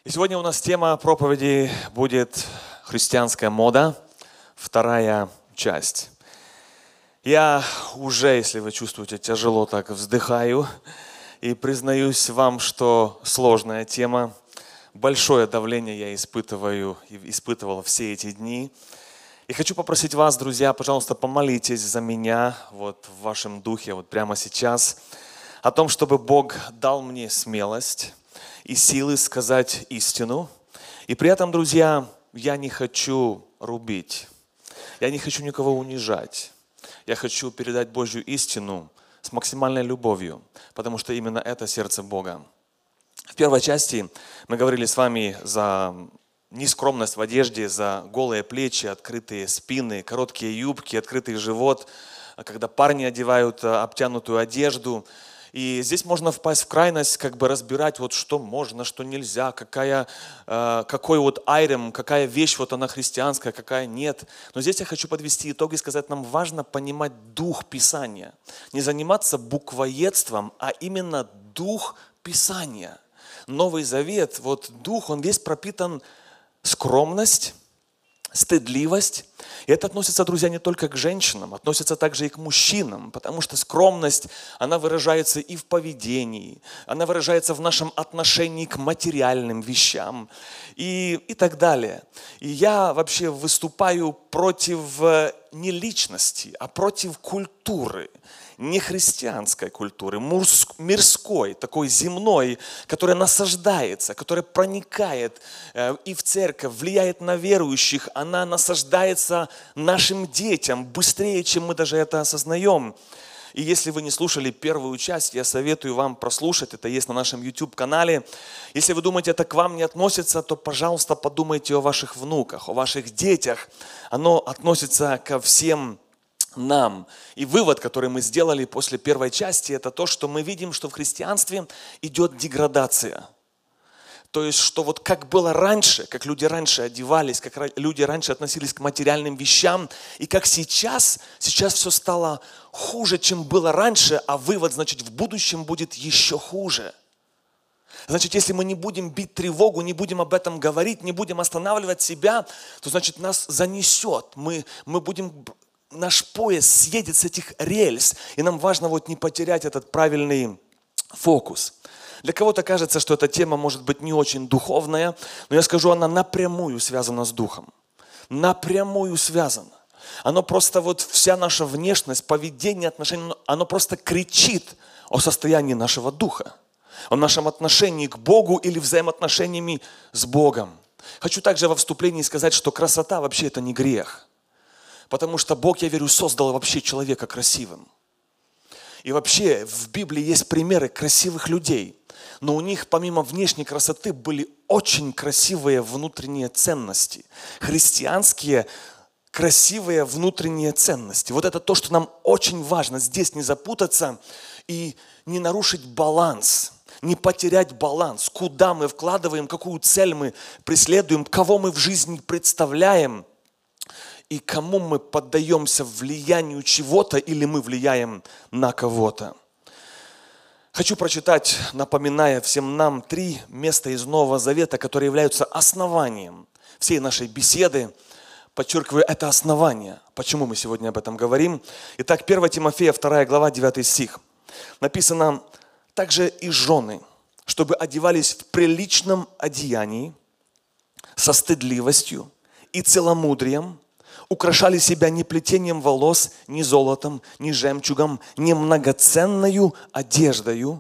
И сегодня у нас тема проповеди будет «Христианская мода», вторая часть. Я уже, если вы чувствуете, тяжело так вздыхаю и признаюсь вам, что сложная тема. Большое давление я испытываю и испытывал все эти дни. И хочу попросить вас, друзья, пожалуйста, помолитесь за меня вот в вашем духе, вот прямо сейчас, о том, чтобы Бог дал мне смелость и силы сказать истину. И при этом, друзья, я не хочу рубить, я не хочу никого унижать. Я хочу передать Божью истину с максимальной любовью, потому что именно это сердце Бога. В первой части мы говорили с вами за нескромность в одежде, за голые плечи, открытые спины, короткие юбки, открытый живот, когда парни одевают обтянутую одежду. И здесь можно впасть в крайность, как бы разбирать, вот что можно, что нельзя, какой вот айрем, какая вещь вот она христианская, какая нет. Но здесь я хочу подвести итог и сказать, нам важно понимать дух Писания. Не заниматься буквоедством, а именно дух Писания. Новый Завет, вот дух, он весь пропитан скромность, стыдливость. И это относится, друзья, не только к женщинам, относится также и к мужчинам, потому что скромность, она выражается и в поведении, она выражается в нашем отношении к материальным вещам и так далее. И я вообще выступаю против не личности, а против культуры. Не христианской культуры, мирской, такой земной, которая насаждается, которая проникает и в церковь, влияет на верующих, она насаждается нашим детям быстрее, чем мы даже это осознаем. И если вы не слушали первую часть, я советую вам прослушать, это есть на нашем YouTube-канале. Если вы думаете, это к вам не относится, то, пожалуйста, подумайте о ваших внуках, о ваших детях. Оно относится ко всем нам. И вывод, который мы сделали после первой части, это то, что мы видим, что в христианстве идет деградация. То есть, что вот как было раньше, как люди раньше одевались, как люди раньше относились к материальным вещам, и как сейчас все стало хуже, чем было раньше, а вывод, значит, в будущем будет еще хуже. Значит, если мы не будем бить тревогу, не будем об этом говорить, не будем останавливать себя, то, значит, нас занесет. Наш поезд съедет с этих рельс, и нам важно вот не потерять этот правильный фокус. Для кого-то кажется, что эта тема может быть не очень духовная, но я скажу, она напрямую связана с духом. Напрямую связана. Оно просто вот вся наша внешность, поведение, отношения, оно просто кричит о состоянии нашего духа, о нашем отношении к Богу или взаимоотношениями с Богом. Хочу также во вступлении сказать, что красота вообще это не грех. Потому что Бог, я верю, создал вообще человека красивым. И вообще в Библии есть примеры красивых людей, но у них помимо внешней красоты были очень красивые внутренние ценности. Христианские красивые внутренние ценности. Вот это то, что нам очень важно здесь не запутаться и не нарушить баланс. Не потерять баланс, куда мы вкладываем, какую цель мы преследуем, кого мы в жизни представляем. И кому мы поддаемся влиянию чего-то или мы влияем на кого-то. Хочу прочитать, напоминая всем нам 3 места из Нового Завета, которые являются основанием всей нашей беседы. Подчеркиваю, это основание. Почему мы сегодня об этом говорим? Итак, 1 Тимофея, 2 глава, 9 стих. Написано, также и жены, чтобы одевались в приличном одеянии, со стыдливостью и целомудрием, украшали себя не плетением волос, ни золотом, ни жемчугом, не многоценною одеждою,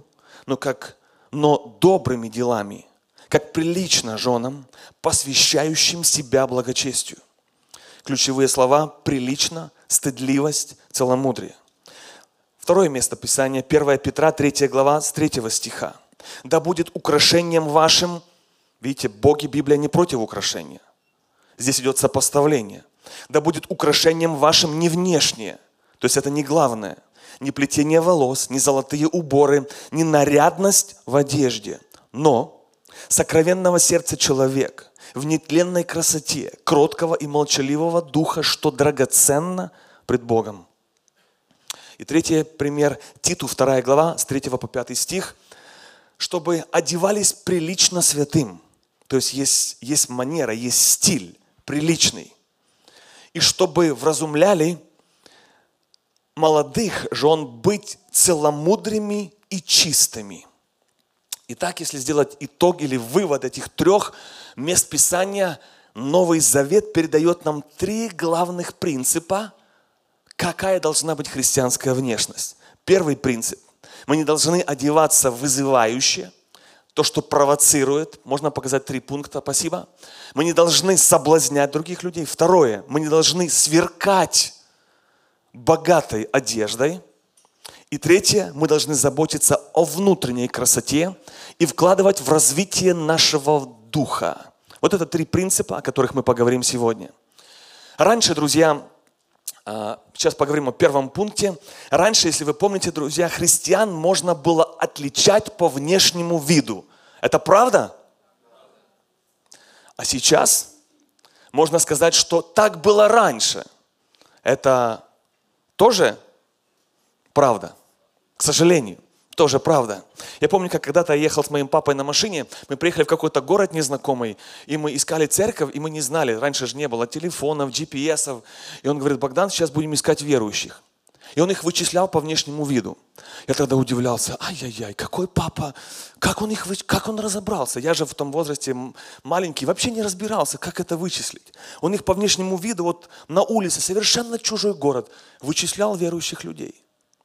но добрыми делами, как прилично женам, посвящающим себя благочестию. Ключевые слова – прилично, стыдливость, целомудрие. Второе место Писания, 1 Петра, 3 глава, с 3 стиха. Да будет украшением вашим, видите, Боги, Библия не против украшения. Здесь идет сопоставление. Да будет украшением вашим не внешнее, то есть это не главное, не плетение волос, не золотые уборы, не нарядность в одежде, но сокровенного сердца человек в нетленной красоте, кроткого и молчаливого духа, что драгоценно пред Богом. И третий пример, Титу, 2 глава, с 3 по 5 стих, чтобы одевались прилично святым, То есть есть манера, есть стиль приличный. И чтобы вразумляли молодых жен быть целомудрыми и чистыми. Итак, если сделать итог или вывод этих 3 мест Писания, Новый Завет передает нам 3 главных принципа, какая должна быть христианская внешность. Первый принцип. Мы не должны одеваться вызывающе, то, что провоцирует. Можно показать 3 пункта, спасибо. Мы не должны соблазнять других людей. Второе. Мы не должны сверкать богатой одеждой. И третье. Мы должны заботиться о внутренней красоте и вкладывать в развитие нашего духа. Вот это 3 принципа, о которых мы поговорим сегодня. Раньше, друзья, сейчас поговорим о первом пункте. Раньше, если вы помните, друзья, христиан можно было отличать по внешнему виду. Это правда? А сейчас можно сказать, что так было раньше. Это тоже правда. К сожалению, тоже правда. Я помню, как когда-то я ехал с моим папой на машине, мы приехали в какой-то город незнакомый, и мы искали церковь, и мы не знали, раньше же не было телефонов, GPS-ов. И он говорит: Богдан, сейчас будем искать верующих. И он их вычислял по внешнему виду. Я тогда удивлялся: ай-яй-яй, какой папа, как он разобрался? Я же в том возрасте маленький, вообще не разбирался, как это вычислить. Он их по внешнему виду, вот на улице, совершенно чужой город, вычислял верующих людей.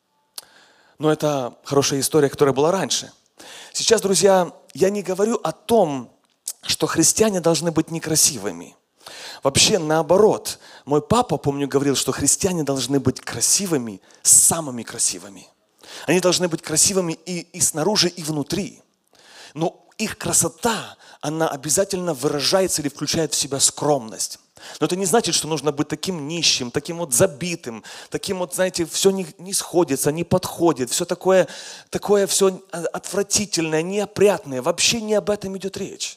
Но это хорошая история, которая была раньше. Сейчас, друзья, я не говорю о том, что христиане должны быть некрасивыми. Вообще наоборот. Мой папа, помню, говорил, что христиане должны быть красивыми, самыми красивыми. Они должны быть красивыми и снаружи, и внутри. Но их красота, она обязательно выражается или включает в себя скромность. Но это не значит, что нужно быть таким нищим, таким вот забитым, таким вот, знаете, все не сходится, не подходит, все такое все отвратительное, неопрятное. Вообще не об этом идет речь.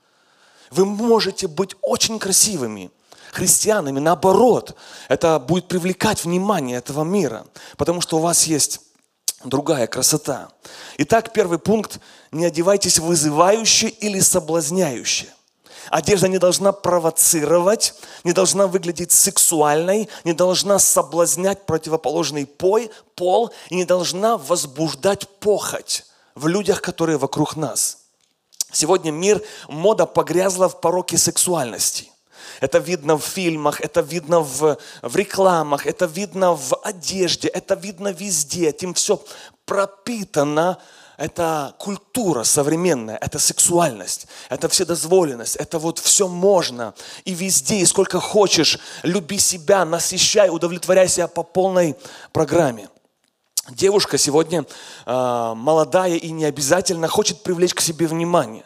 Вы можете быть очень красивыми христианами, наоборот, это будет привлекать внимание этого мира, потому что у вас есть другая красота. Итак, первый пункт: не одевайтесь вызывающе или соблазняюще. Одежда не должна провоцировать, не должна выглядеть сексуальной, не должна соблазнять противоположный пол и не должна возбуждать похоть в людях, которые вокруг нас. Сегодня мода погрязла в пороке сексуальности. Это видно в фильмах, это видно в рекламах, это видно в одежде, это видно везде. Этим все пропитано. Это культура современная, это сексуальность, это вседозволенность, это вот все можно. И везде, и сколько хочешь, люби себя, насыщай, удовлетворяй себя по полной программе. Девушка сегодня молодая и не обязательно хочет привлечь к себе внимание.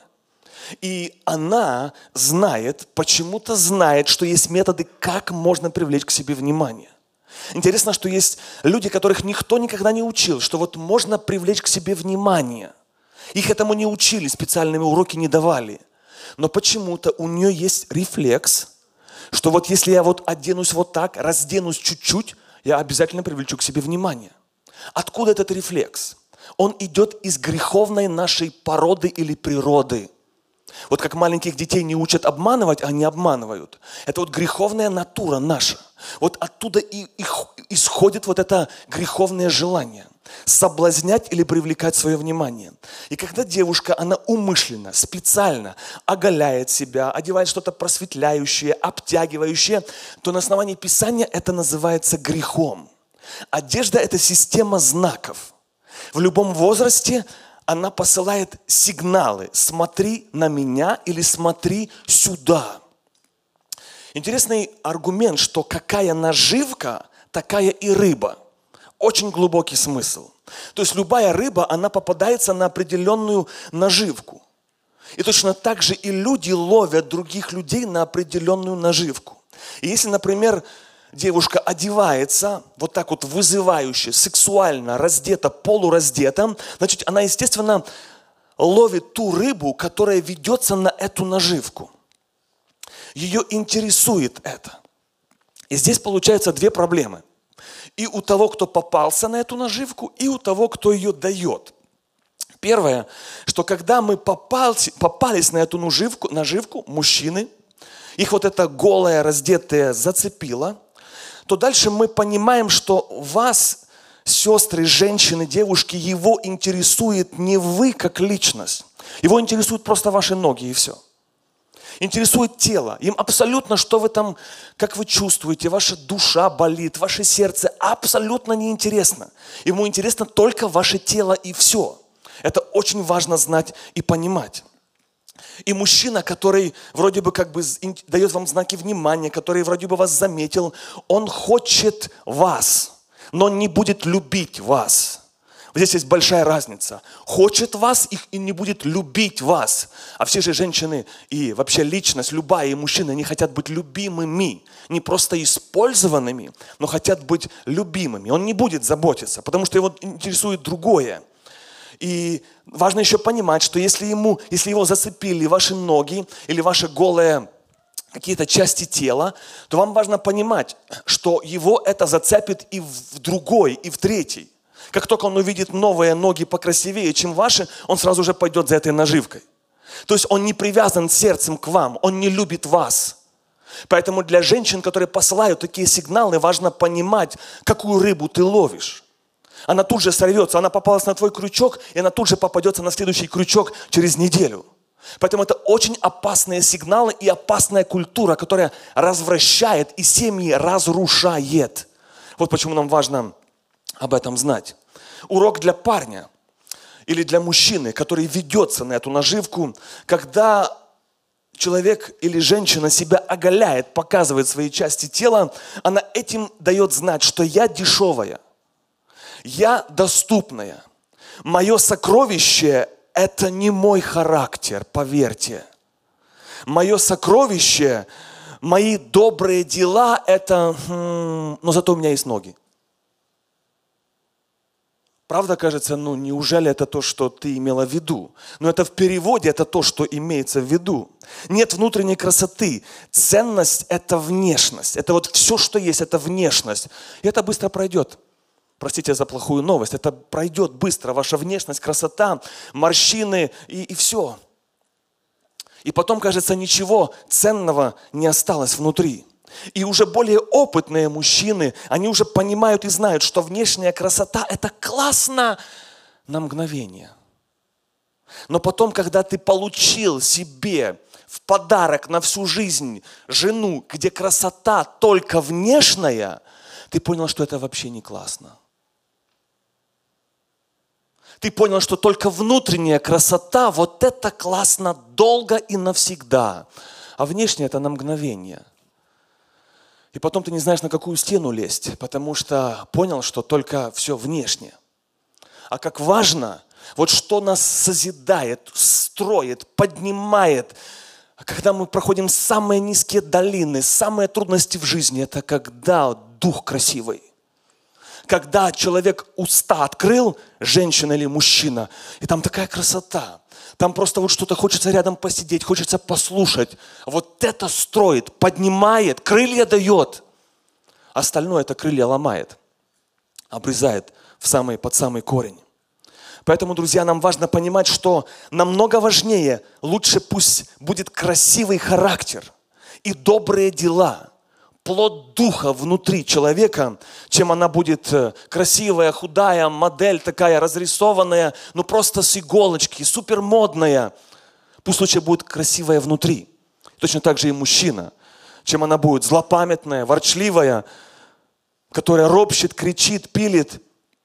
И она знает, почему-то знает, что есть методы, как можно привлечь к себе внимание. Интересно, что есть люди, которых никто никогда не учил, что вот можно привлечь к себе внимание. Их этому не учили, специальные уроки не давали. Но почему-то у нее есть рефлекс, что вот если я вот оденусь вот так, разденусь чуть-чуть, я обязательно привлечу к себе внимание. Откуда этот рефлекс? Он идет из греховной нашей породы или природы. Вот как маленьких детей не учат обманывать, а они обманывают. Это вот греховная натура наша. Вот оттуда и исходит вот это греховное желание. Соблазнять или привлекать свое внимание. И когда девушка, она умышленно, специально оголяет себя, одевает что-то просветляющее, обтягивающее, то на основании Писания это называется грехом. Одежда – это система знаков. В любом возрасте она посылает сигналы: смотри на меня или смотри сюда. Интересный аргумент, что какая наживка, такая и рыба. Очень глубокий смысл. То есть любая рыба, она попадается на определенную наживку. И точно так же и люди ловят других людей на определенную наживку. И если, например, девушка одевается вот так вот вызывающе, сексуально, раздета, полураздета, значит, она, естественно, ловит ту рыбу, которая ведется на эту наживку. Ее интересует это. И здесь получаются 2 проблемы. И у того, кто попался на эту наживку, и у того, кто ее дает. Первое, что когда мы попались на эту наживку, мужчины, их вот это голое, раздетое зацепило, то дальше мы понимаем, что вас, сестры, женщины, девушки, его интересует не вы как личность. Его интересуют просто ваши ноги и все. Интересует тело. Им абсолютно, что вы там, как вы чувствуете, ваша душа болит, ваше сердце абсолютно неинтересно. Ему интересно только ваше тело и все. Это очень важно знать и понимать. И мужчина, который вроде бы как бы дает вам знаки внимания, который вроде бы вас заметил, он хочет вас, но он не будет любить вас. Здесь есть большая разница. Хочет вас и не будет любить вас. А все же женщины и вообще личность, любая и мужчина, они хотят быть любимыми. Не просто использованными, но хотят быть любимыми. Он не будет заботиться, потому что его интересует другое. И важно еще понимать, что если его зацепили ваши ноги или ваши голые какие-то части тела, то вам важно понимать, что его это зацепит и в другой, и в третий. Как только он увидит новые ноги покрасивее, чем ваши, он сразу же пойдет за этой наживкой. То есть он не привязан сердцем к вам, он не любит вас. Поэтому для женщин, которые посылают такие сигналы, важно понимать, какую рыбу ты ловишь. Она тут же сорвется, она попалась на твой крючок, и она тут же попадется на следующий крючок через неделю. Поэтому это очень опасные сигналы и опасная культура, которая развращает и семьи разрушает. Вот почему нам важно об этом знать. Урок для парня или для мужчины, который ведется на эту наживку, когда человек или женщина себя оголяет, показывает свои части тела, она этим дает знать, что я дешевая, я доступная. Мое сокровище – это не мой характер, поверьте. Мое сокровище, мои добрые дела – это, но зато у меня есть ноги. Правда, кажется, неужели это то, что ты имела в виду? Но это в переводе, это то, что имеется в виду. Нет внутренней красоты. Ценность – это внешность. Это вот все, что есть, это внешность. И это быстро пройдет. Простите за плохую новость. Это пройдет быстро. Ваша внешность, красота, морщины и все. И потом, кажется, ничего ценного не осталось внутри. И уже более опытные мужчины, они уже понимают и знают, что внешняя красота – это классно на мгновение. Но потом, когда ты получил себе в подарок на всю жизнь жену, где красота только внешняя, ты понял, что это вообще не классно. Ты понял, что только внутренняя красота, вот это классно долго и навсегда. А внешняя – это на мгновение. И потом ты не знаешь, на какую стену лезть, потому что понял, что только все внешнее. А как важно, вот что нас созидает, строит, поднимает, когда мы проходим самые низкие долины, самые трудности в жизни, это когда дух красивый. Когда человек уста открыл, женщина или мужчина, и там такая красота. Там просто вот что-то хочется рядом посидеть, хочется послушать. Вот это строит, поднимает, крылья дает. Остальное это крылья ломает, обрезает под самый корень. Поэтому, друзья, нам важно понимать, что намного важнее, лучше пусть будет красивый характер и добрые дела, плод духа внутри человека, чем она будет красивая, худая, модель такая разрисованная, просто с иголочки, супермодная. Пусть лучше будет красивая внутри. Точно так же и мужчина. Чем она будет злопамятная, ворчливая, которая ропщет, кричит, пилит.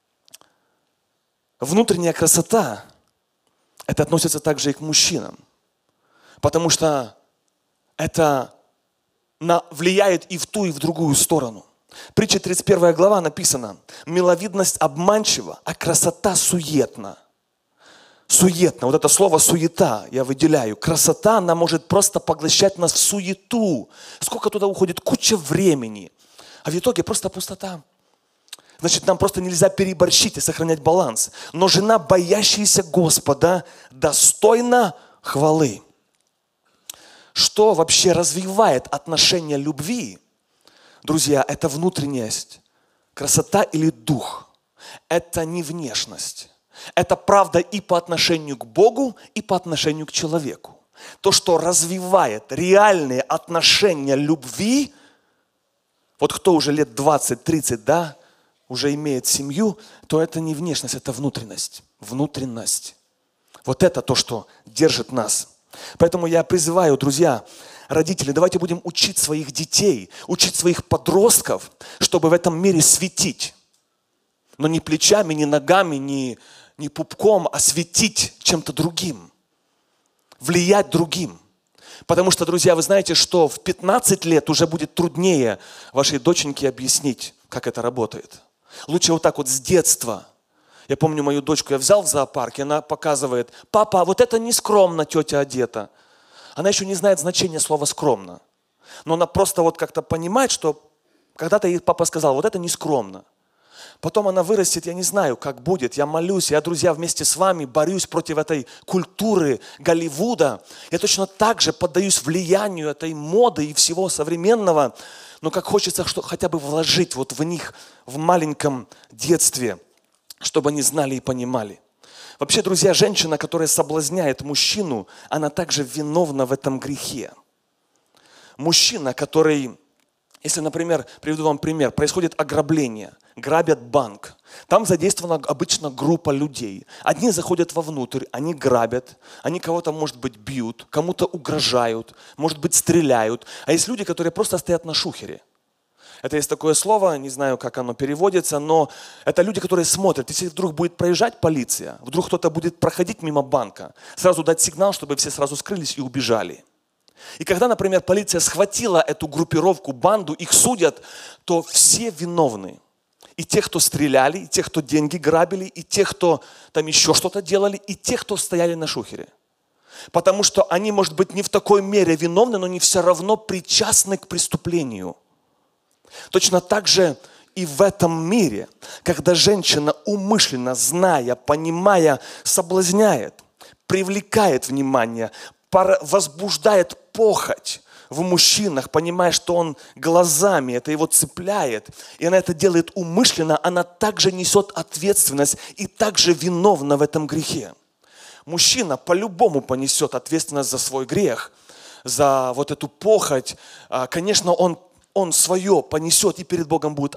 Внутренняя красота, это относится также и к мужчинам. Потому что это влияет и в ту, и в другую сторону. Притча 31 глава написано: «Миловидность обманчива, а красота суетна». Суетно. Вот это слово суета я выделяю. Красота, она может просто поглощать нас в суету. Сколько туда уходит? Куча времени. А в итоге просто пустота. Значит, нам просто нельзя переборщить и сохранять баланс. Но жена, боящаяся Господа, достойна хвалы. Что вообще развивает отношения любви? Друзья, это внутренность, красота или дух. Это не внешность. Это правда и по отношению к Богу, и по отношению к человеку. То, что развивает реальные отношения любви, вот кто уже лет 20-30, да, уже имеет семью, то это не внешность, это внутренность. Внутренность. Вот это то, что держит нас. Поэтому я призываю, друзья, родители, давайте будем учить своих детей, учить своих подростков, чтобы в этом мире светить. Но не плечами, не ногами, не пупком, а светить чем-то другим. Влиять другим. Потому что, друзья, вы знаете, что в 15 лет уже будет труднее вашей доченьке объяснить, как это работает. Лучше вот так вот с детства. Я помню мою дочку, я взял в зоопарке, она показывает: папа, вот это не скромно тетя одета. Она еще не знает значения слова скромно. Но она просто вот как-то понимает, что когда-то ей папа сказал: вот это не скромно. Потом она вырастет, я не знаю, как будет. Я молюсь, я, друзья, вместе с вами борюсь против этой культуры Голливуда. Я точно так же поддаюсь влиянию этой моды и всего современного. Но как хочется хотя бы вложить вот в них в маленьком детстве, чтобы они знали и понимали. Вообще, друзья, женщина, которая соблазняет мужчину, она также виновна в этом грехе. Мужчина, который... Если, например, приведу вам пример, происходит ограбление, грабят банк. Там задействована обычно группа людей. Одни заходят вовнутрь, они грабят, они кого-то, может быть, бьют, кому-то угрожают, может быть, стреляют. А есть люди, которые просто стоят на шухере. Это есть такое слово, не знаю, как оно переводится, но это люди, которые смотрят. Если вдруг будет проезжать полиция, вдруг кто-то будет проходить мимо банка, сразу дать сигнал, чтобы все сразу скрылись и убежали. И когда, например, полиция схватила эту группировку, банду, их судят, то все виновны. И те, кто стреляли, и те, кто деньги грабили, и те, кто там еще что-то делали, и те, кто стояли на шухере. Потому что они, может быть, не в такой мере виновны, но они все равно причастны к преступлению. Точно так же и в этом мире, когда женщина умышленно, зная, понимая, соблазняет, привлекает внимание, возбуждает похоть в мужчинах, понимая, что он глазами, это его цепляет, и она это делает умышленно, она также несет ответственность и также виновна в этом грехе. Мужчина по-любому понесет ответственность за свой грех, за вот эту похоть. Конечно, он свое понесет и перед Богом будет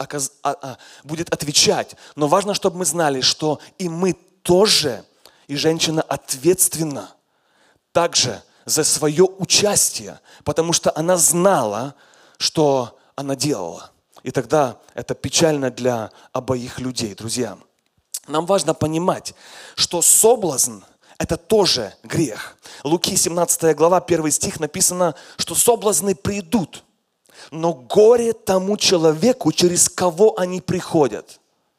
отвечать. Но важно, чтобы мы знали, что и мы тоже, и женщина ответственна также за свое участие, потому что она знала, что она делала. И тогда это печально для обоих людей, друзья. Нам важно понимать, что соблазн – это тоже грех. Луки 17 глава, 1 стих написано, что соблазны придут, но горе тому человеку, через кого они приходят.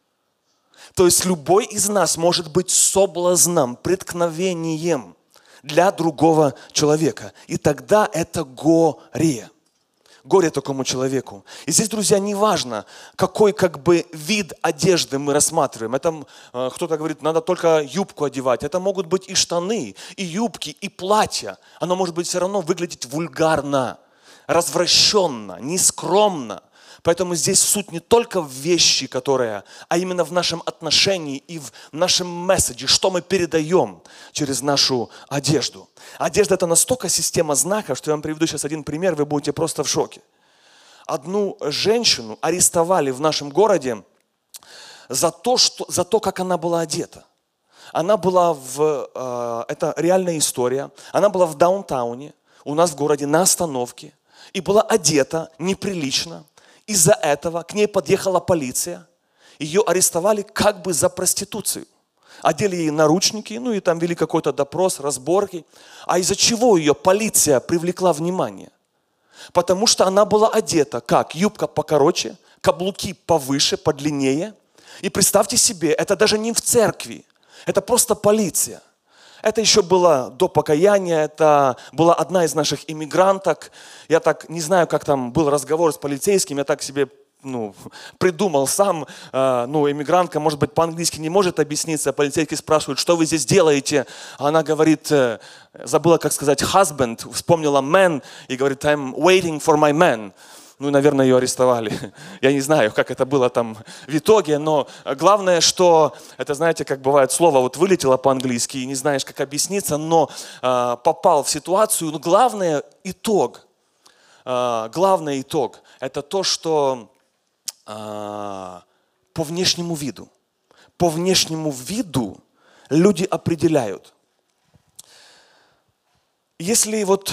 То есть любой из нас может быть соблазном, преткновением для другого человека. И тогда это горе. Горе такому человеку. И здесь, друзья, не важно, какой вид одежды мы рассматриваем. Это кто-то говорит, надо только юбку одевать. Это могут быть и штаны, и юбки, и платья. Оно может быть все равно выглядеть вульгарно, развращенно, нескромно. Поэтому здесь суть не только в вещи, а именно в нашем отношении и в нашем месседже, что мы передаем через нашу одежду. Одежда – это настолько система знаков, что я вам приведу сейчас один пример, вы будете просто в шоке. Одну женщину арестовали в нашем городе за то, как она была одета. Она была это реальная история, она была в даунтауне, у нас в городе на остановке, и была одета неприлично. Из-за этого к ней подъехала полиция, ее арестовали за проституцию. Одели ей наручники, и там вели какой-то допрос, разборки. А из-за чего ее полиция привлекла внимание? Потому что она была одета как? Юбка покороче, каблуки повыше, подлиннее. И представьте себе, это даже не в церкви, это просто полиция. Это еще было до покаяния, это была одна из наших иммигранток. Я так не знаю, как там был разговор с полицейским, я так себе придумал сам. Иммигрантка, может быть, по-английски не может объясниться. Полицейский спрашивает, что вы здесь делаете? А она говорит, забыла, как сказать husband, вспомнила man и говорит, I'm waiting for my man. Ну, наверное, ее арестовали. Я не знаю, как это было там в итоге, но главное, что, это знаете, как бывает, слово вот вылетело по-английски, и не знаешь, как объясниться, но попал в ситуацию. Но главный итог, это то, что по внешнему виду. По внешнему виду люди определяют. Если вот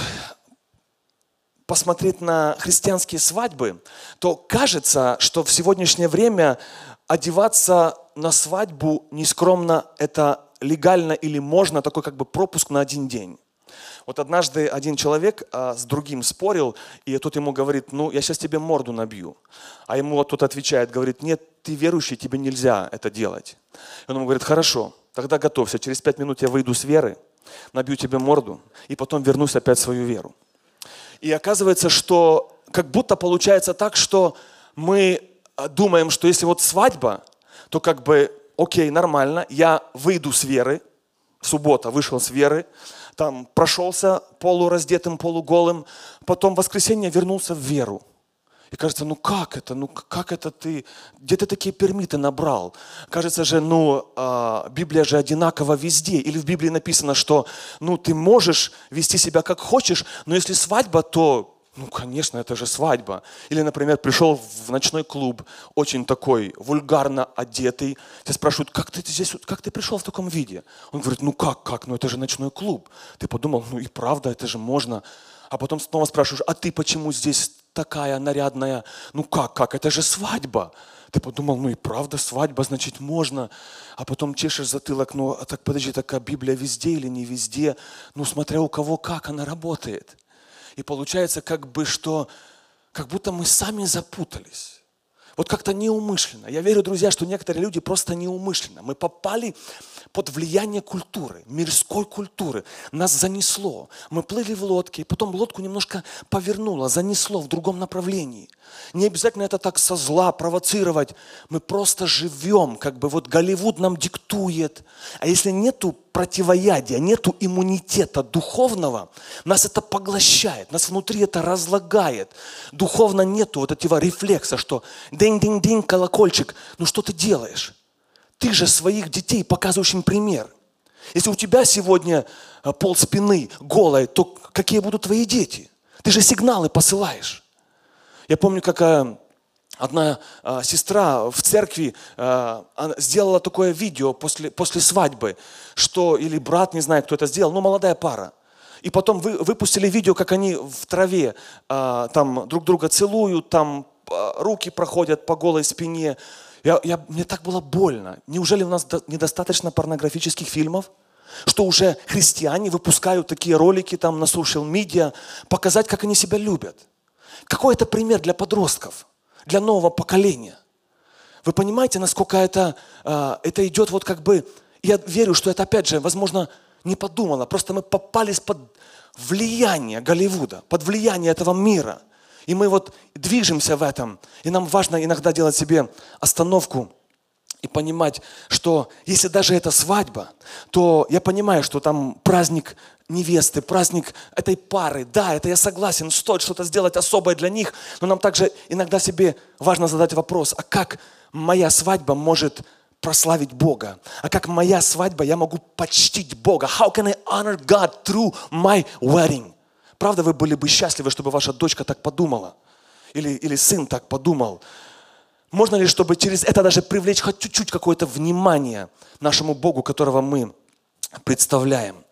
посмотреть на христианские свадьбы, то кажется, что в сегодняшнее время одеваться на свадьбу нескромно – это легально или можно, такой как бы пропуск на один день. Вот однажды один человек с другим спорил, и тот ему говорит: ну, я сейчас тебе морду набью. А ему вот тот отвечает, говорит: нет, ты верующий, тебе нельзя это делать. И он ему говорит: хорошо, тогда готовься, через 5 минут я выйду с веры, набью тебе морду, и потом вернусь опять в свою веру. И оказывается, что как будто получается так, что мы думаем, что если вот свадьба, то как бы окей, нормально, я выйду с веры, суббота вышел с веры, там прошелся полураздетым, полуголым, потом в воскресенье вернулся в веру. И кажется, ну как это ты, где ты такие пермиты набрал? Кажется же, Библия же одинакова везде. Или в Библии написано, что ты можешь вести себя как хочешь, но если свадьба, то, конечно, это же свадьба. Или, например, пришел в ночной клуб, очень такой вульгарно одетый. Тебя спрашивают: как ты здесь, как ты пришел в таком виде? Он говорит: как, это же ночной клуб. Ты подумал, и правда, это же можно. А потом снова спрашиваешь: а ты почему здесь такая нарядная? Как, это же свадьба. Ты подумал, и правда свадьба, значит можно. А потом чешешь затылок: так подожди, такая Библия везде или не везде? Смотря у кого как она работает. И получается как будто мы сами запутались. Вот как-то неумышленно. Я верю, друзья, что некоторые люди просто неумышленно. Мы попали под влияние культуры, мирской культуры. Нас занесло. Мы плыли в лодке, и потом лодку немножко повернуло, занесло в другом направлении. Не обязательно это так со зла провоцировать. Мы просто живем, вот Голливуд нам диктует. А если нету противоядия, нету иммунитета духовного, нас это поглощает, нас внутри это разлагает. Духовно нету вот этого рефлекса, что динь-динь-динь, колокольчик. Что ты делаешь? Ты же своих детей показываешь им пример. Если у тебя сегодня пол спины голая, то какие будут твои дети? Ты же сигналы посылаешь. Я помню, как одна сестра в церкви сделала такое видео после свадьбы, или брат, не знаю, кто это сделал, молодая пара. И потом выпустили видео, как они в траве там друг друга целуют, там руки проходят по голой спине. Мне так было больно. Неужели у нас недостаточно порнографических фильмов, что уже христиане выпускают такие ролики там на социал-медиа, показать, как они себя любят? Какой это пример для подростков, для нового поколения? Вы понимаете, насколько это идет Я верю, что это опять же, возможно, не подумано. Просто мы попались под влияние Голливуда, под влияние этого мира. И мы движемся в этом. И нам важно иногда делать себе остановку и понимать, что если даже это свадьба, то я понимаю, что там праздник невесты, праздник этой пары. Да, это я согласен, стоит что-то сделать особое для них, но нам также иногда себе важно задать вопрос: а как моя свадьба может прославить Бога? А как моя свадьба я могу почтить Бога? How can I honor God through my wedding? Правда, вы были бы счастливы, чтобы ваша дочка так подумала? Или сын так подумал? Можно ли, чтобы через это даже привлечь хоть чуть-чуть какое-то внимание нашему Богу, которого мы представляем?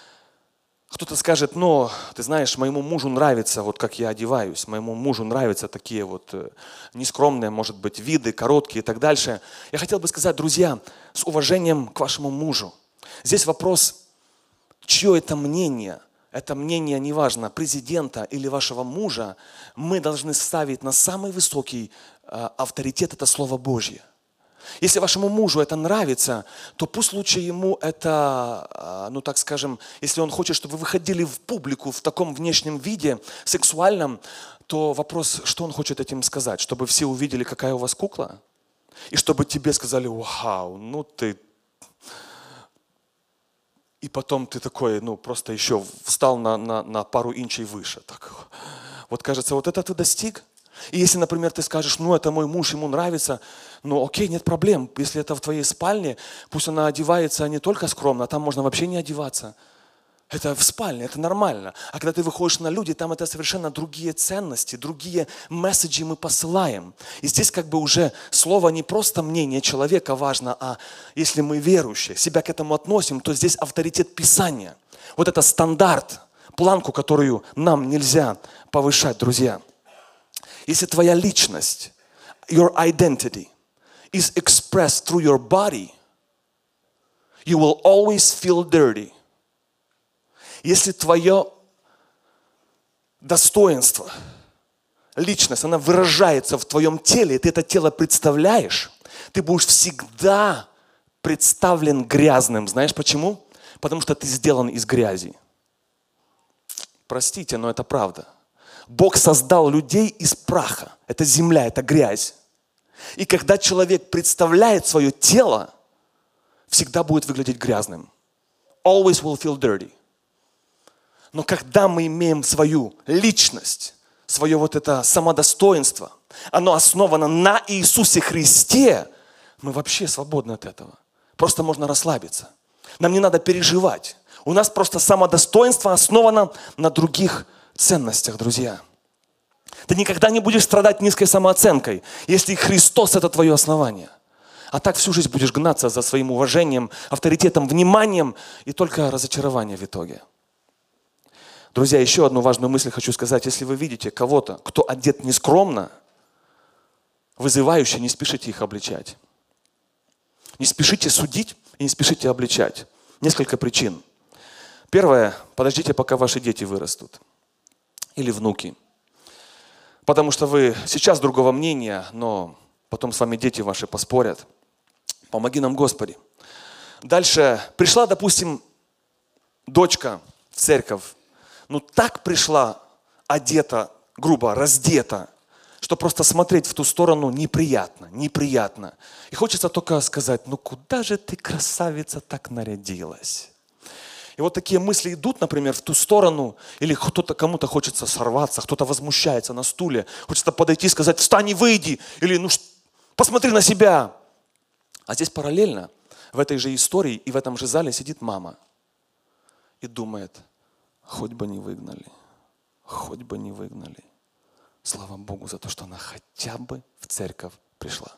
Кто-то скажет: ты знаешь, моему мужу нравится, как я одеваюсь, моему мужу нравятся такие нескромные, может быть, виды, короткие и так дальше. Я хотел бы сказать, друзья, с уважением к вашему мужу. Здесь вопрос, чье это мнение? Это мнение, неважно, президента или вашего мужа, мы должны ставить на самый высокий авторитет, это Слово Божье. Если вашему мужу это нравится, то пусть лучше ему это, так скажем, если он хочет, чтобы вы выходили в публику в таком внешнем виде, сексуальном, то вопрос, что он хочет этим сказать? Чтобы все увидели, какая у вас кукла? И чтобы тебе сказали: вау, ты... И потом ты такой, просто еще встал на пару инчей выше. Так. Кажется, это ты достиг. И если, например, ты скажешь, ну это мой муж, ему нравится, ну окей, нет проблем. Если это в твоей спальне, пусть она одевается не только скромно, а там можно вообще не одеваться. Это в спальне, это нормально. А когда ты выходишь на люди, там это совершенно другие ценности, другие месседжи мы посылаем. И здесь как бы уже слово не просто мнение человека важно, а если мы верующие, себя к этому относим, то здесь авторитет Писания. Вот это стандарт, планку, которую нам нельзя повышать, друзья. Если твоя личность, your identity, is expressed through your body, you will always feel dirty. Если твое достоинство, личность, она выражается в твоем теле, и ты это тело представляешь, ты будешь всегда представлен грязным. Знаешь почему? Потому что ты сделан из грязи. Простите, но это правда. Бог создал людей из праха. Это земля, это грязь. И когда человек представляет свое тело, всегда будет выглядеть грязным. Always will feel dirty. Но когда мы имеем свою личность, свое вот это самодостоинство, оно основано на Иисусе Христе, мы вообще свободны от этого. Просто можно расслабиться. Нам не надо переживать. У нас просто самодостоинство основано на других ценностях, друзья. Ты никогда не будешь страдать низкой самооценкой, если Христос – это твое основание. А так всю жизнь будешь гнаться за своим уважением, авторитетом, вниманием и только разочарование в итоге. Друзья, еще одну важную мысль хочу сказать. Если вы видите кого-то, кто одет нескромно, вызывающе, не спешите их обличать. Не спешите судить и не спешите обличать. Несколько причин. Первое, подождите, пока ваши дети вырастут. Или внуки. Потому что вы сейчас другого мнения, но потом с вами дети ваши поспорят. Помоги нам, Господи. Дальше. Пришла, допустим, дочка в церковь. Ну так пришла, одета, грубо, раздета, что просто смотреть в ту сторону неприятно, неприятно. И хочется только сказать, ну куда же ты, красавица, так нарядилась? И вот такие мысли идут, например, в ту сторону, или кто-то, кому-то хочется сорваться, кто-то возмущается на стуле, хочется подойти и сказать, встань и выйди, или ну посмотри на себя. А здесь параллельно, в этой же истории и в этом же зале сидит мама и думает, хоть бы не выгнали, хоть бы не выгнали. Слава Богу за то, что она хотя бы в церковь пришла.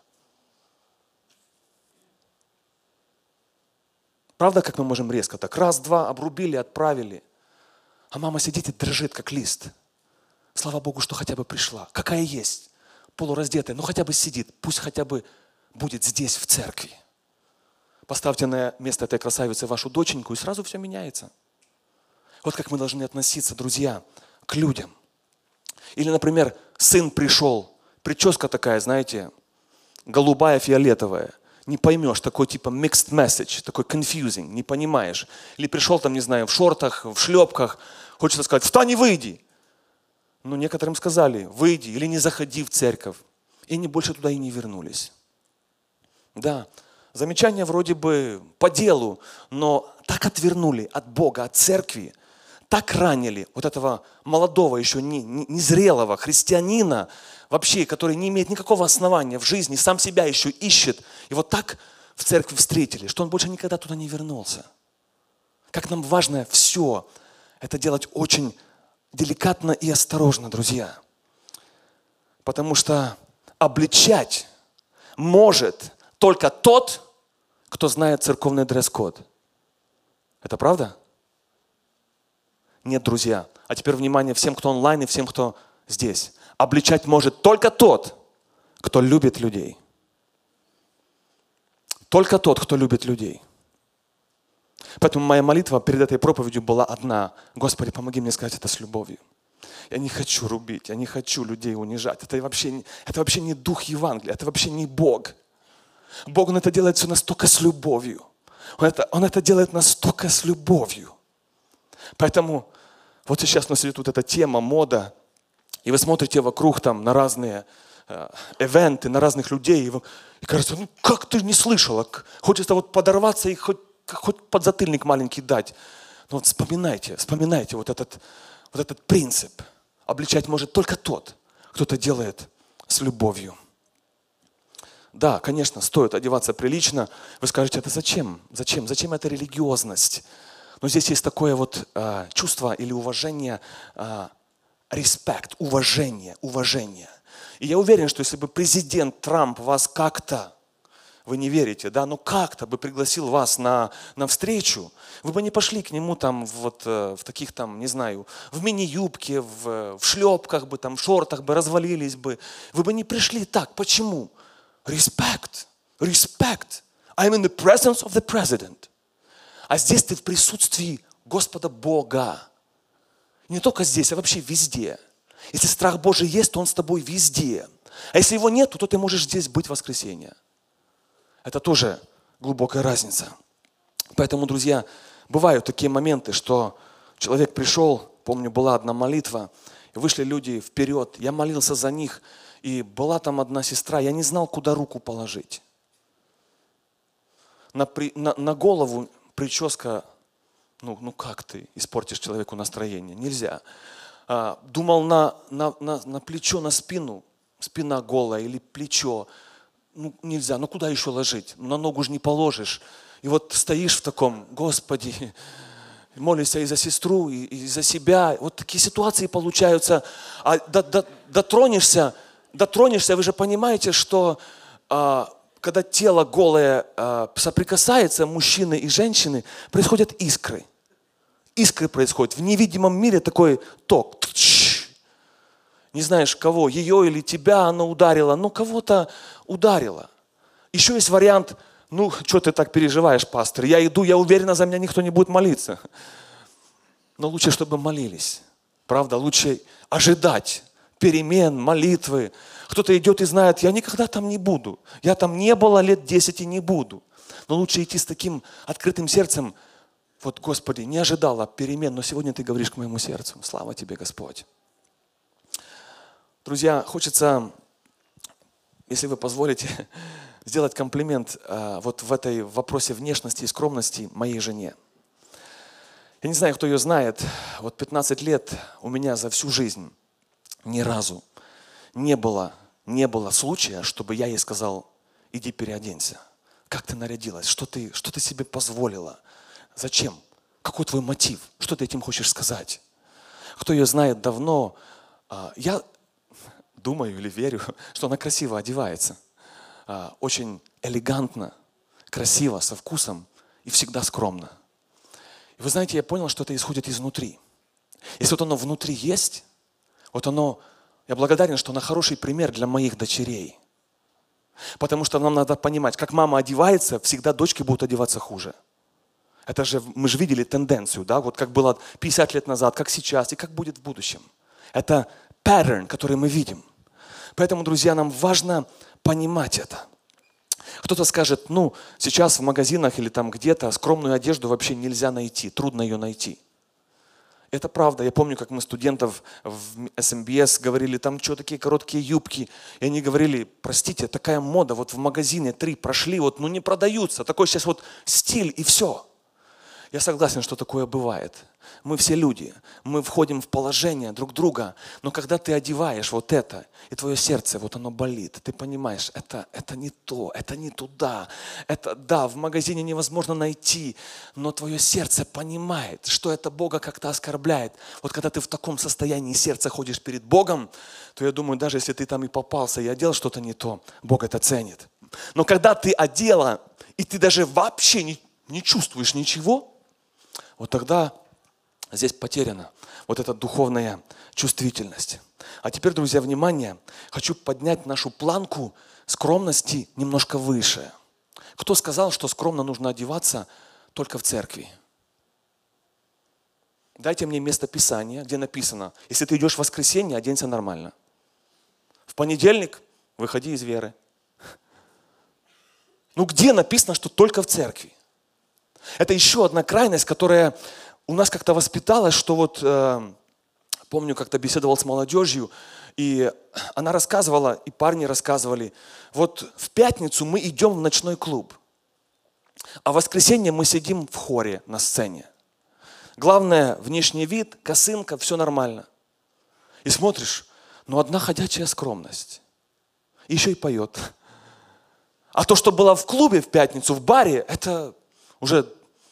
Правда, как мы можем резко так? Раз-два, обрубили, отправили. А мама сидит и дрожит, как лист. Слава Богу, что хотя бы пришла. Какая есть. Полураздетая, но хотя бы сидит. Пусть хотя бы будет здесь, в церкви. Поставьте на место этой красавицы вашу доченьку, и сразу все меняется. Вот как мы должны относиться, друзья, к людям. Или, например, сын пришел, прическа такая, знаете, голубая, фиолетовая. Не поймешь, такой типа mixed message, такой confusing, не понимаешь. Или пришел там, не знаю, в шортах, в шлепках, хочется сказать, встань и выйди. Но некоторым сказали, выйди или не заходи в церковь. И они больше туда и не вернулись. Да, замечания вроде бы по делу, но так отвернули от Бога, от церкви, так ранили вот этого молодого, еще незрелого христианина, вообще, который не имеет никакого основания в жизни, сам себя еще ищет. И вот так в церкви встретили, что он больше никогда туда не вернулся. Как нам важно все это делать очень деликатно и осторожно, друзья. Потому что обличать может только тот, кто знает церковный дресс-код. Это правда? Нет, друзья. А теперь внимание всем, кто онлайн и всем, кто здесь. Обличать может только тот, кто любит людей. Только тот, кто любит людей. Поэтому моя молитва перед этой проповедью была одна. Господи, помоги мне сказать это с любовью. Я не хочу рубить, я не хочу людей унижать. Это вообще не дух Евангелия, это вообще не Бог. Бог, Он это делает все настолько с любовью. Он это делает настолько с любовью. Поэтому вот сейчас у нас идет вот эта тема, мода, и вы смотрите вокруг там на разные ивенты, на разных людей, и кажется, ну как ты не слышала? Хочется вот подорваться и хоть подзатыльник маленький дать. Но вот вспоминайте вот этот принцип. Обличать может только тот, кто это делает с любовью. Да, конечно, стоит одеваться прилично. Вы скажете, это зачем? Зачем? Зачем эта религиозность? Но здесь есть такое вот чувство или уважение, респект, уважение. И я уверен, что если бы президент Трамп вас как-то, вы не верите, да, но как-то бы пригласил вас на встречу, вы бы не пошли к нему там вот в таких там, не знаю, в мини-юбке, в шлепках бы, там, в шортах бы, развалились бы. Вы бы не пришли так. Почему? Respect. I'm in the presence of the president. А здесь ты в присутствии Господа Бога. Не только здесь, а вообще везде. Если страх Божий есть, то Он с тобой везде. А если его нет, то ты можешь здесь быть в воскресенье. Это тоже глубокая разница. Поэтому, друзья, бывают такие моменты, что человек пришел, помню, была одна молитва, и вышли люди вперед, я молился за них, и была там одна сестра, я не знал, куда руку положить. На голову прическа, ну как ты испортишь человеку настроение? Нельзя. Думал на плечо, на спину, спина голая или плечо. Ну, нельзя, ну куда еще ложить? На ногу же не положишь. И вот стоишь в таком, Господи, молишься и за сестру, и за себя. Вот такие ситуации получаются. А дотронешься, вы же понимаете, что когда тело голое соприкасается мужчины и женщины, происходят искры. Искры происходят. В невидимом мире такой ток. Не знаешь, кого, ее или тебя она ударила, но кого-то ударила. Еще есть вариант, ну, что ты так переживаешь, пастор? Я иду, я уверена, за меня никто не будет молиться. Но лучше, чтобы молились. Правда, лучше ожидать перемен, молитвы. Кто-то идет и знает, я никогда там не буду. Я там не было лет 10 и не буду. Но лучше идти с таким открытым сердцем. Вот, Господи, не ожидала перемен, но сегодня Ты говоришь к моему сердцу. Слава Тебе, Господь. Друзья, хочется, если вы позволите, сделать комплимент вот в этой вопросе внешности и скромности моей жене. Я не знаю, кто ее знает, вот 15 лет у меня за всю жизнь ни разу не было случая, чтобы я ей сказал, иди переоденься. Как ты нарядилась? Что ты себе позволила? Зачем? Какой твой мотив? Что ты этим хочешь сказать? Кто ее знает давно, я думаю или верю, что она красиво одевается. Очень элегантно, красиво, со вкусом и всегда скромно. И вы знаете, я понял, что это исходит изнутри. Если вот оно внутри есть, я благодарен, что она хороший пример для моих дочерей. Потому что нам надо понимать, как мама одевается, всегда дочки будут одеваться хуже. Это же, мы же видели тенденцию, да, вот как было 50 лет назад, как сейчас и как будет в будущем. Это pattern, который мы видим. Поэтому, друзья, нам важно понимать это. Кто-то скажет, сейчас в магазинах или там где-то скромную одежду вообще нельзя найти, трудно ее найти. Это правда. Я помню, как мы студентов в СМБС говорили, там что, такие короткие юбки. И они говорили, простите, такая мода, вот в магазине 3 прошли, не продаются. Такой сейчас вот стиль и все. Я согласен, что такое бывает. Мы все люди, мы входим в положение друг друга, но когда ты одеваешь вот это, и твое сердце, оно болит, ты понимаешь, это не то, это не туда, это да, в магазине невозможно найти, но твое сердце понимает, что это Бога как-то оскорбляет. Вот когда ты в таком состоянии сердца ходишь перед Богом, то я думаю, даже если ты там и попался, и одел что-то не то, Бог это ценит. Но когда ты одела, и ты даже вообще не чувствуешь ничего, вот тогда здесь потеряна вот эта духовная чувствительность. А теперь, друзья, внимание, хочу поднять нашу планку скромности немножко выше. Кто сказал, что скромно нужно одеваться только в церкви? Дайте мне место Писания, где написано, если ты идешь в воскресенье, оденься нормально. В понедельник выходи из веры. Где написано, что только в церкви? Это еще одна крайность, которая у нас как-то воспиталась, что помню, как-то беседовал с молодежью, и она рассказывала, и парни рассказывали, в пятницу мы идем в ночной клуб, а в воскресенье мы сидим в хоре на сцене. Главное, внешний вид, косынка, все нормально. И смотришь, одна ходячая скромность. еще и поет. А то, что было в клубе в пятницу, в баре, это уже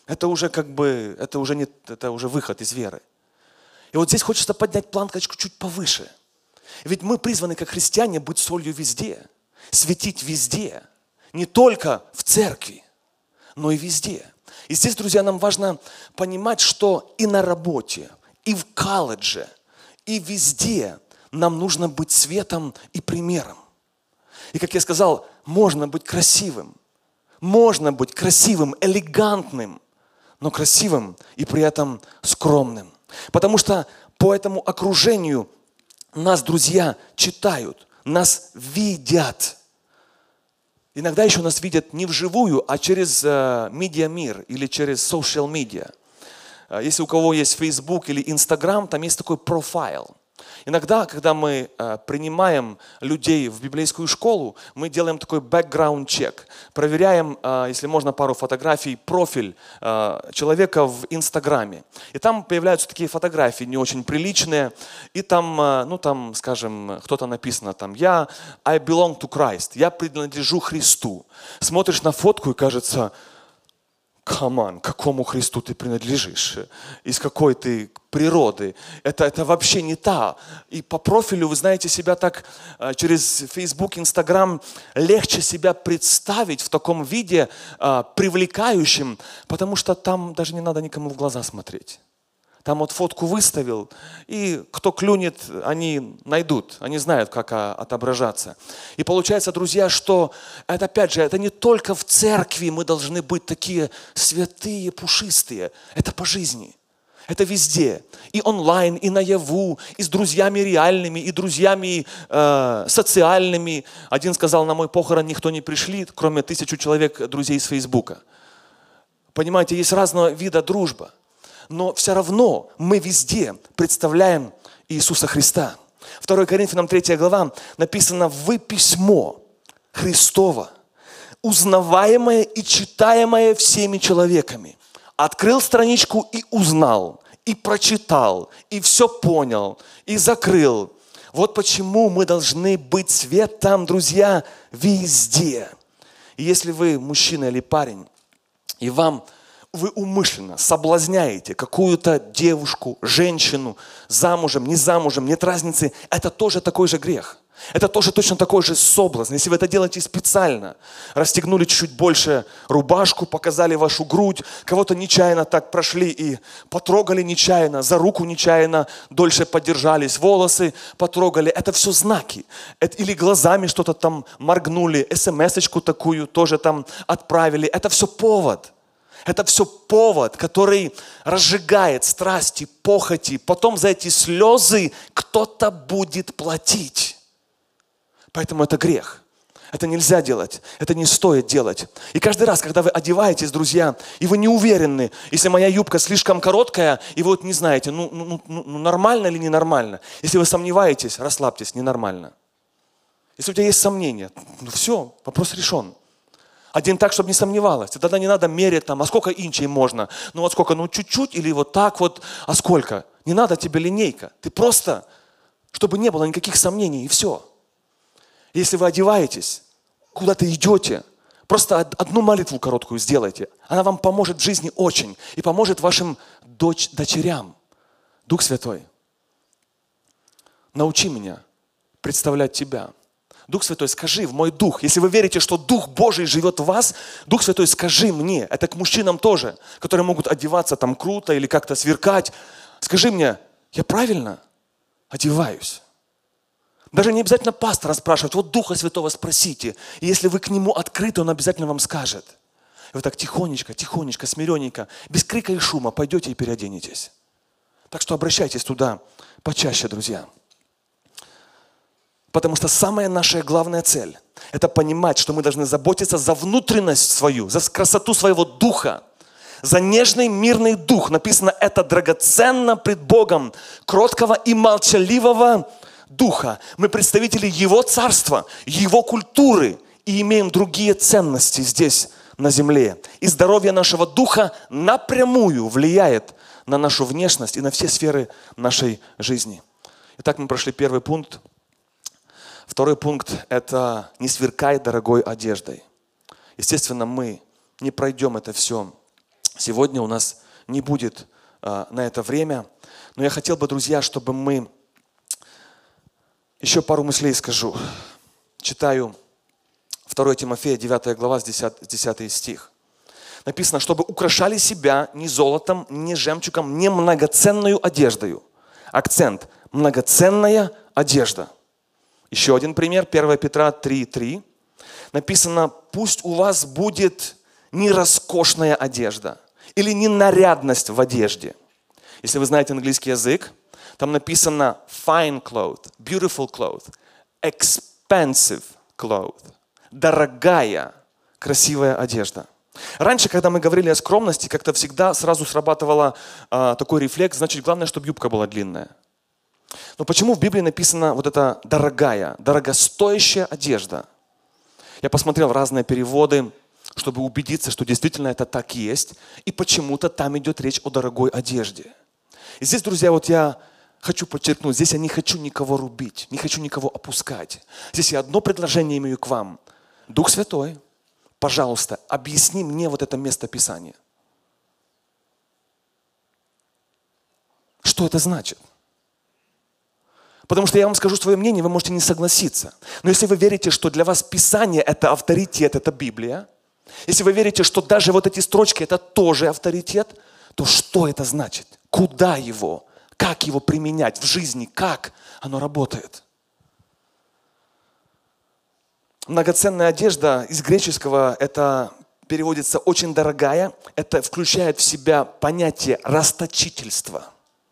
выход из веры. И вот здесь хочется поднять планочку чуть повыше. Ведь мы призваны, как христиане, быть солью везде, светить везде. Не только в церкви, но и везде. И здесь, друзья, нам важно понимать, что и на работе, и в колледже, и везде нам нужно быть светом и примером. И, как я сказал, можно быть красивым, элегантным, но красивым и при этом скромным. Потому что по этому окружению нас, друзья, читают, нас видят. Иногда еще нас видят не вживую, а через медиамир или через social media. Если у кого есть Facebook или Instagram, там есть такой профайл. Иногда, когда мы принимаем людей в библейскую школу, мы делаем такой background check. Проверяем, если можно, пару фотографий, профиль человека в Инстаграме. И там появляются такие фотографии не очень приличные. И там, скажем, кто-то написано там, I belong to Christ, я принадлежу Христу. Смотришь на фотку и кажется, come on, какому Христу ты принадлежишь? Из какой ты природы? Это вообще не та. И по профилю, вы знаете, себя так через Facebook, Instagram легче себя представить в таком виде привлекающим, потому что там даже не надо никому в глаза смотреть. Там вот фотку выставил, и кто клюнет, они найдут, они знают, как отображаться. И получается, друзья, что это, опять же, это не только в церкви мы должны быть такие святые, пушистые. Это по жизни. Это везде. И онлайн, и наяву, и с друзьями реальными, и друзьями социальными. Один сказал, на мой похорон никто не пришли, кроме 1000 человек друзей из Фейсбука. Понимаете, есть разного вида дружба. Но все равно мы везде представляем Иисуса Христа. 2 Коринфянам 3 глава написано: «Вы письмо Христово, узнаваемое и читаемое всеми человеками». Открыл страничку и узнал, и прочитал, и все понял, и закрыл. Вот почему мы должны быть светом, друзья, везде. И если вы мужчина или парень, и вы умышленно соблазняете какую-то девушку, женщину, замужем, не замужем, нет разницы, это тоже такой же грех. Это тоже точно такой же соблазн. Если вы это делаете специально, расстегнули чуть больше рубашку, показали вашу грудь, кого-то нечаянно так прошли и потрогали нечаянно, за руку нечаянно, дольше подержались, волосы потрогали. Это все знаки. Или глазами что-то там моргнули, смс-очку такую тоже там отправили. Это все повод. Это все повод, который разжигает страсти, похоти. Потом за эти слезы кто-то будет платить. Поэтому это грех. Это нельзя делать. Это не стоит делать. И каждый раз, когда вы одеваетесь, друзья, и вы не уверены, если моя юбка слишком короткая, и вы вот не знаете, нормально или ненормально. Если вы сомневаетесь, расслабьтесь, ненормально. Если у тебя есть сомнения, все, вопрос решен. Один так, чтобы не сомневалась. И тогда не надо мерить там, а сколько инчей можно? Вот сколько, чуть-чуть или вот так вот, а сколько? Не надо тебе линейка. Ты просто, чтобы не было никаких сомнений, и все. Если вы одеваетесь, куда-то идете, просто одну молитву короткую сделайте. Она вам поможет в жизни очень. И поможет вашим дочерям. Дух Святой, научи меня представлять Тебя. Дух Святой, скажи в мой дух, если вы верите, что Дух Божий живет в вас, Дух Святой, скажи мне, это к мужчинам тоже, которые могут одеваться там круто или как-то сверкать. Скажи мне, я правильно одеваюсь? Даже не обязательно пастора спрашивать, вот Духа Святого спросите. И если вы к Нему открыты, Он обязательно вам скажет. И вы так тихонечко, смиренненько, без крика и шума пойдете и переоденетесь. Так что обращайтесь туда почаще, друзья. Потому что самая наша главная цель – это понимать, что мы должны заботиться за внутренность свою, за красоту своего духа, за нежный мирный дух. Написано, это драгоценно пред Богом, кроткого и молчаливого духа. Мы представители Его царства, Его культуры и имеем другие ценности здесь, на земле. И здоровье нашего духа напрямую влияет на нашу внешность и на все сферы нашей жизни. Итак, мы прошли первый пункт. Второй пункт – это не сверкай дорогой одеждой. Естественно, мы не пройдем это все. Сегодня у нас не будет на это время. Но я хотел бы, друзья, чтобы мы... Еще пару мыслей скажу. Читаю 2 Тимофея, 9 глава, 10 стих. Написано, чтобы украшали себя не золотом, не жемчугом, не многоценную одеждою. Акцент – многоценная одежда. Еще один пример, 1 Петра 3:3. Написано, пусть у вас будет не роскошная одежда или не нарядность в одежде. Если вы знаете английский язык, там написано fine clothes, beautiful clothes, expensive clothes, дорогая, красивая одежда. Раньше, когда мы говорили о скромности, как-то всегда сразу срабатывало такой рефлекс, значит, главное, чтобы юбка была длинная. Но почему в Библии написано вот эта дорогая, дорогостоящая одежда? Я посмотрел разные переводы, чтобы убедиться, что действительно это так и есть. И почему-то там идет речь о дорогой одежде. И здесь, друзья, вот я хочу подчеркнуть, здесь я не хочу никого рубить, не хочу никого опускать. Здесь я одно предложение имею к вам. Дух Святой, пожалуйста, объясни мне вот это место Писания. Что это значит? Потому что я вам скажу свое мнение, вы можете не согласиться. Но если вы верите, что для вас Писание – это авторитет, это Библия, если вы верите, что даже вот эти строчки – это тоже авторитет, то что это значит? Куда его? Как его применять в жизни? Как оно работает? Многоценная одежда из греческого – это переводится очень дорогая. Это включает в себя понятие расточительства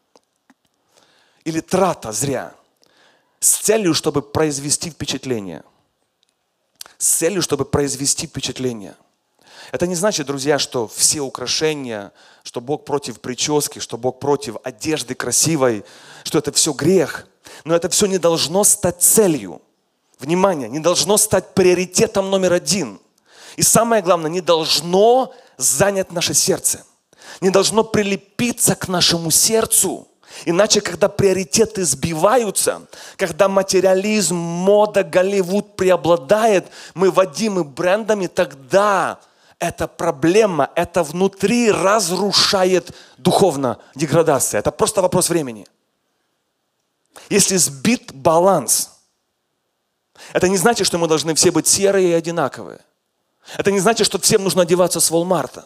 или трата зря. С целью, чтобы произвести впечатление. С целью, чтобы произвести впечатление. Это не значит, друзья, что все украшения, что Бог против прически, что Бог против одежды красивой, что это все грех. Но это все не должно стать целью. Внимание, не должно стать приоритетом номер один. И самое главное, не должно занять наше сердце. Не должно прилепиться к нашему сердцу. Иначе, когда приоритеты сбиваются, когда материализм, мода, Голливуд преобладает, мы водимы брендами, тогда эта проблема, это внутри разрушает духовно деградация. Это просто вопрос времени. Если сбит баланс, это не значит, что мы должны все быть серые и одинаковые. Это не значит, что всем нужно одеваться с Walmart.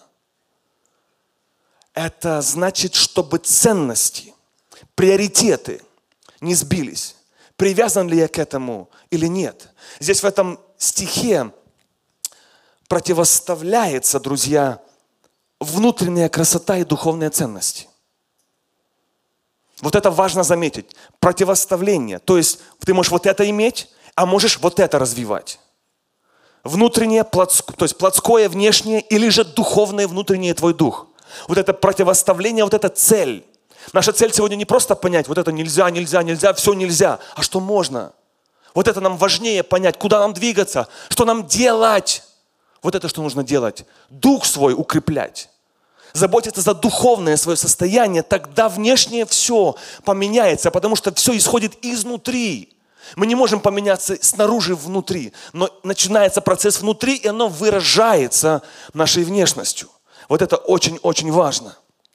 Это значит, чтобы ценности, приоритеты не сбились. Привязан ли я к этому или нет? Здесь в этом стихе противоставляется, друзья, внутренняя красота и духовные ценности. Вот это важно заметить. Противоставление. То есть ты можешь вот это иметь, а можешь вот это развивать. Внутреннее, то есть плотское, внешнее, или же духовное, внутреннее твой дух. Вот это противоставление, вот эта цель. Наша цель сегодня не просто понять, вот это нельзя, нельзя, нельзя, все нельзя, а что можно. Вот это нам важнее понять, куда нам двигаться, что нам делать. Вот это что нужно делать. Дух свой укреплять. Заботиться за духовное свое состояние, тогда внешнее все поменяется, потому что все исходит изнутри. Мы не можем поменяться снаружи внутри, но начинается процесс внутри, и оно выражается нашей внешностью. Вот это очень-очень важно.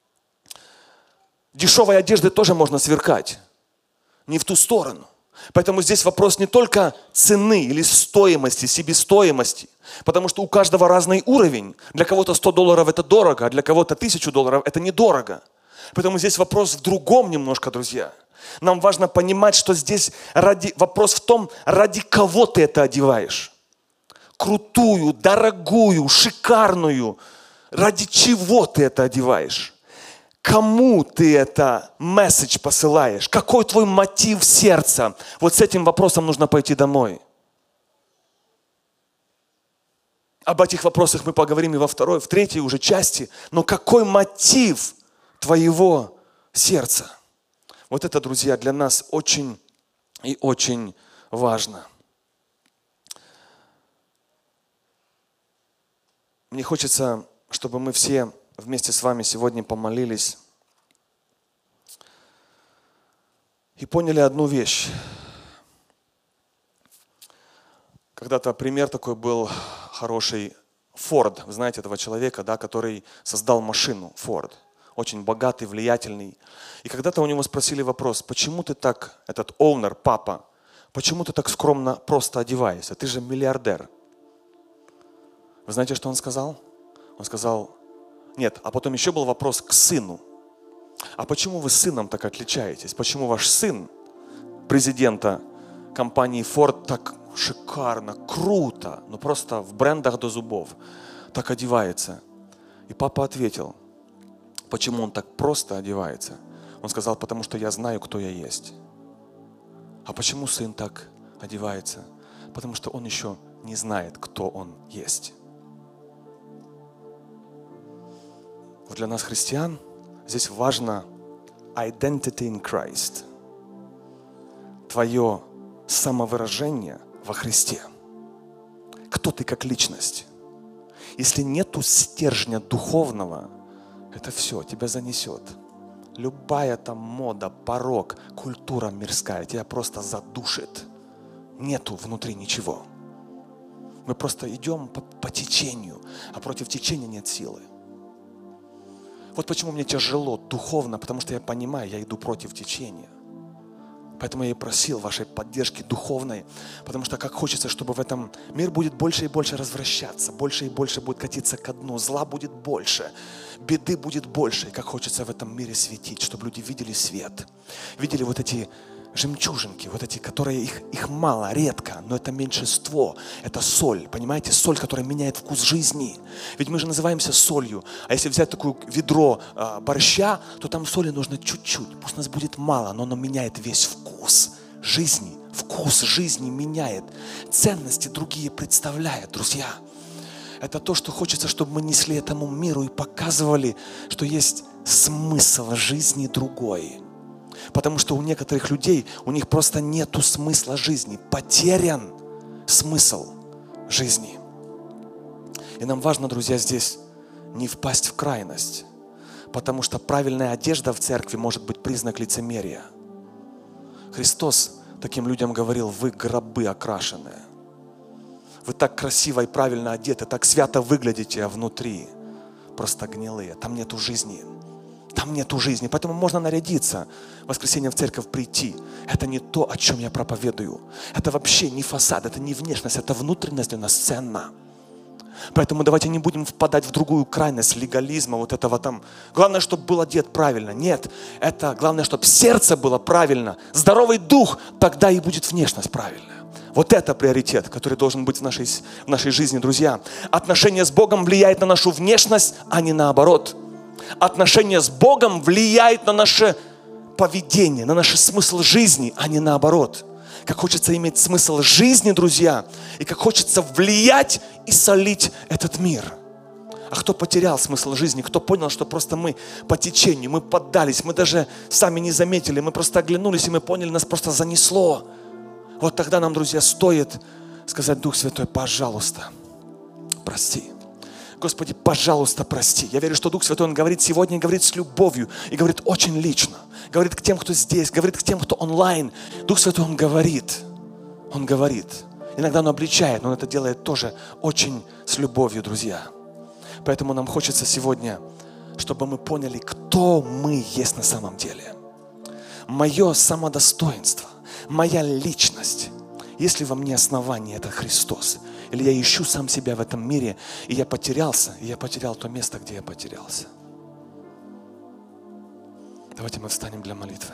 Дешевой одеждой тоже можно сверкать, не в ту сторону. Поэтому здесь вопрос не только цены или стоимости, себестоимости, потому что у каждого разный уровень. Для кого-то $100 это дорого, а для кого-то $1000 это недорого. Поэтому здесь вопрос в другом немножко, друзья. Нам важно понимать, что здесь вопрос в том, ради кого ты это одеваешь. Крутую, дорогую, шикарную. Ради чего ты это одеваешь? Кому ты это месседж посылаешь? Какой твой мотив сердца? Вот с этим вопросом нужно пойти домой. Об этих вопросах мы поговорим и в третьей уже части. Но какой мотив твоего сердца? Вот это, друзья, для нас очень и очень важно. Мне хочется, чтобы мы все вместе с вами сегодня помолились и поняли одну вещь. Когда-то пример такой был хороший. Форд, вы знаете этого человека, да, который создал машину, Форд. Очень богатый, влиятельный. И когда-то у него спросили вопрос: почему ты так, этот оунер, папа, почему ты так скромно просто одеваешься? Ты же миллиардер. Вы знаете, что он сказал? Он сказал: нет, а потом еще был вопрос к сыну. А почему вы с сыном так отличаетесь? Почему ваш сын, президента компании Ford, так шикарно, круто, ну просто в брендах до зубов, так одевается? И папа ответил: почему он так просто одевается? Он сказал: потому что я знаю, кто я есть. А почему сын так одевается? Потому что он еще не знает, кто он есть. Вот для нас, христиан, здесь важно identity in Christ. Твое самовыражение во Христе. Кто ты как личность? Если нету стержня духовного, это все, тебя занесет. Любая там мода, порок, культура мирская тебя просто задушит. Нету внутри ничего. Мы просто идем по течению, а против течения нет силы. Вот почему мне тяжело духовно, потому что я понимаю, я иду против течения. Поэтому я и просил вашей поддержки духовной, потому что как хочется, чтобы в этом мир будет больше и больше развращаться, больше и больше будет катиться ко дну, зла будет больше, беды будет больше. И как хочется в этом мире светить, чтобы люди видели свет, видели вот эти жемчужинки, вот эти, которые их мало, редко, но это меньшинство, это соль, понимаете, соль, которая меняет вкус жизни. Ведь мы же называемся солью, а если взять такое ведро борща, то там соли нужно чуть-чуть, пусть нас будет мало, но оно меняет весь вкус жизни, вкус жизни меняет, ценности другие представляет, друзья. Это то, что хочется, чтобы мы несли этому миру и показывали, что есть смысл жизни другой. Потому что у некоторых людей, у них просто нету смысла жизни. Потерян смысл жизни. И нам важно, друзья, здесь не впасть в крайность. Потому что правильная одежда в церкви может быть признак лицемерия. Христос таким людям говорил: вы гробы окрашенные. Вы так красиво и правильно одеты, так свято выглядите, а внутри просто гнилые. Там нету жизни. Там нету жизни, поэтому можно нарядиться, в воскресенье в церковь прийти. Это не то, о чем я проповедую. Это вообще не фасад, это не внешность, это внутренность для нас ценна. Поэтому давайте не будем впадать в другую крайность легализма, вот этого там. Главное, чтобы был одет правильно. Нет, это главное, чтобы сердце было правильно. Здоровый дух, тогда и будет внешность правильная. Вот это приоритет, который должен быть в нашей жизни, друзья. Отношение с Богом влияет на нашу внешность, а не наоборот. Отношение с Богом влияет на наше поведение, на наш смысл жизни, а не наоборот. Как хочется иметь смысл жизни, друзья, и как хочется влиять и солить этот мир. А кто потерял смысл жизни, кто понял, что просто мы по течению, мы поддались, мы даже сами не заметили, мы просто оглянулись, и мы поняли, нас просто занесло. Вот тогда нам, друзья, стоит сказать: Дух Святой, пожалуйста, прости. Господи, пожалуйста, прости. Я верю, что Дух Святой, Он говорит сегодня, говорит с любовью, и говорит очень лично. Говорит к тем, кто здесь, говорит к тем, кто онлайн. Дух Святой, Он говорит. Он говорит. Иногда Он обличает, но Он это делает тоже очень с любовью, друзья. Поэтому нам хочется сегодня, чтобы мы поняли, кто мы есть на самом деле. Мое самодостоинство, моя личность. Если во мне основание, это Христос. Или я ищу сам себя в этом мире, и я потерялся, и я потерял то место, где я потерялся. Давайте мы встанем для молитвы.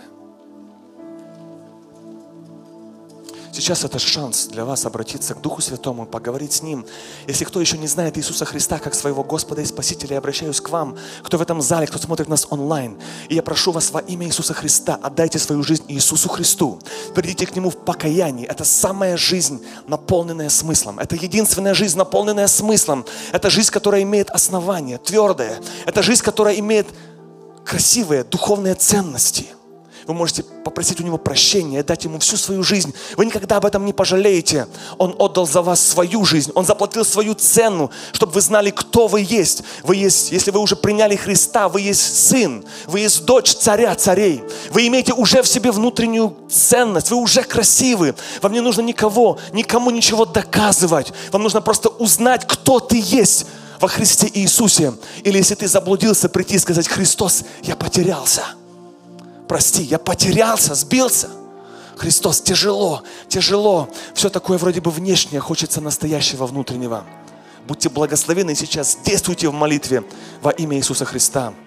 Сейчас это шанс для вас обратиться к Духу Святому, поговорить с Ним. Если кто еще не знает Иисуса Христа как своего Господа и Спасителя, я обращаюсь к вам, кто в этом зале, кто смотрит нас онлайн. И я прошу вас во имя Иисуса Христа, отдайте свою жизнь Иисусу Христу. Придите к Нему в покаянии. Это самая жизнь, наполненная смыслом. Это единственная жизнь, наполненная смыслом. Это жизнь, которая имеет основание, твердое. Это жизнь, которая имеет красивые духовные ценности. Вы можете попросить у Него прощения, дать Ему всю свою жизнь. Вы никогда об этом не пожалеете. Он отдал за вас свою жизнь. Он заплатил свою цену, чтобы вы знали, кто вы есть. Вы есть, если вы уже приняли Христа, вы есть сын, вы есть дочь царя царей. Вы имеете уже в себе внутреннюю ценность, вы уже красивы. Вам не нужно никому ничего доказывать. Вам нужно просто узнать, кто ты есть во Христе Иисусе. Или если ты заблудился, прийти и сказать: Христос, я потерялся. Прости, я потерялся, сбился. Христос, тяжело. Все такое вроде бы внешнее, хочется настоящего внутреннего. Будьте благословенны сейчас, действуйте в молитве во имя Иисуса Христа.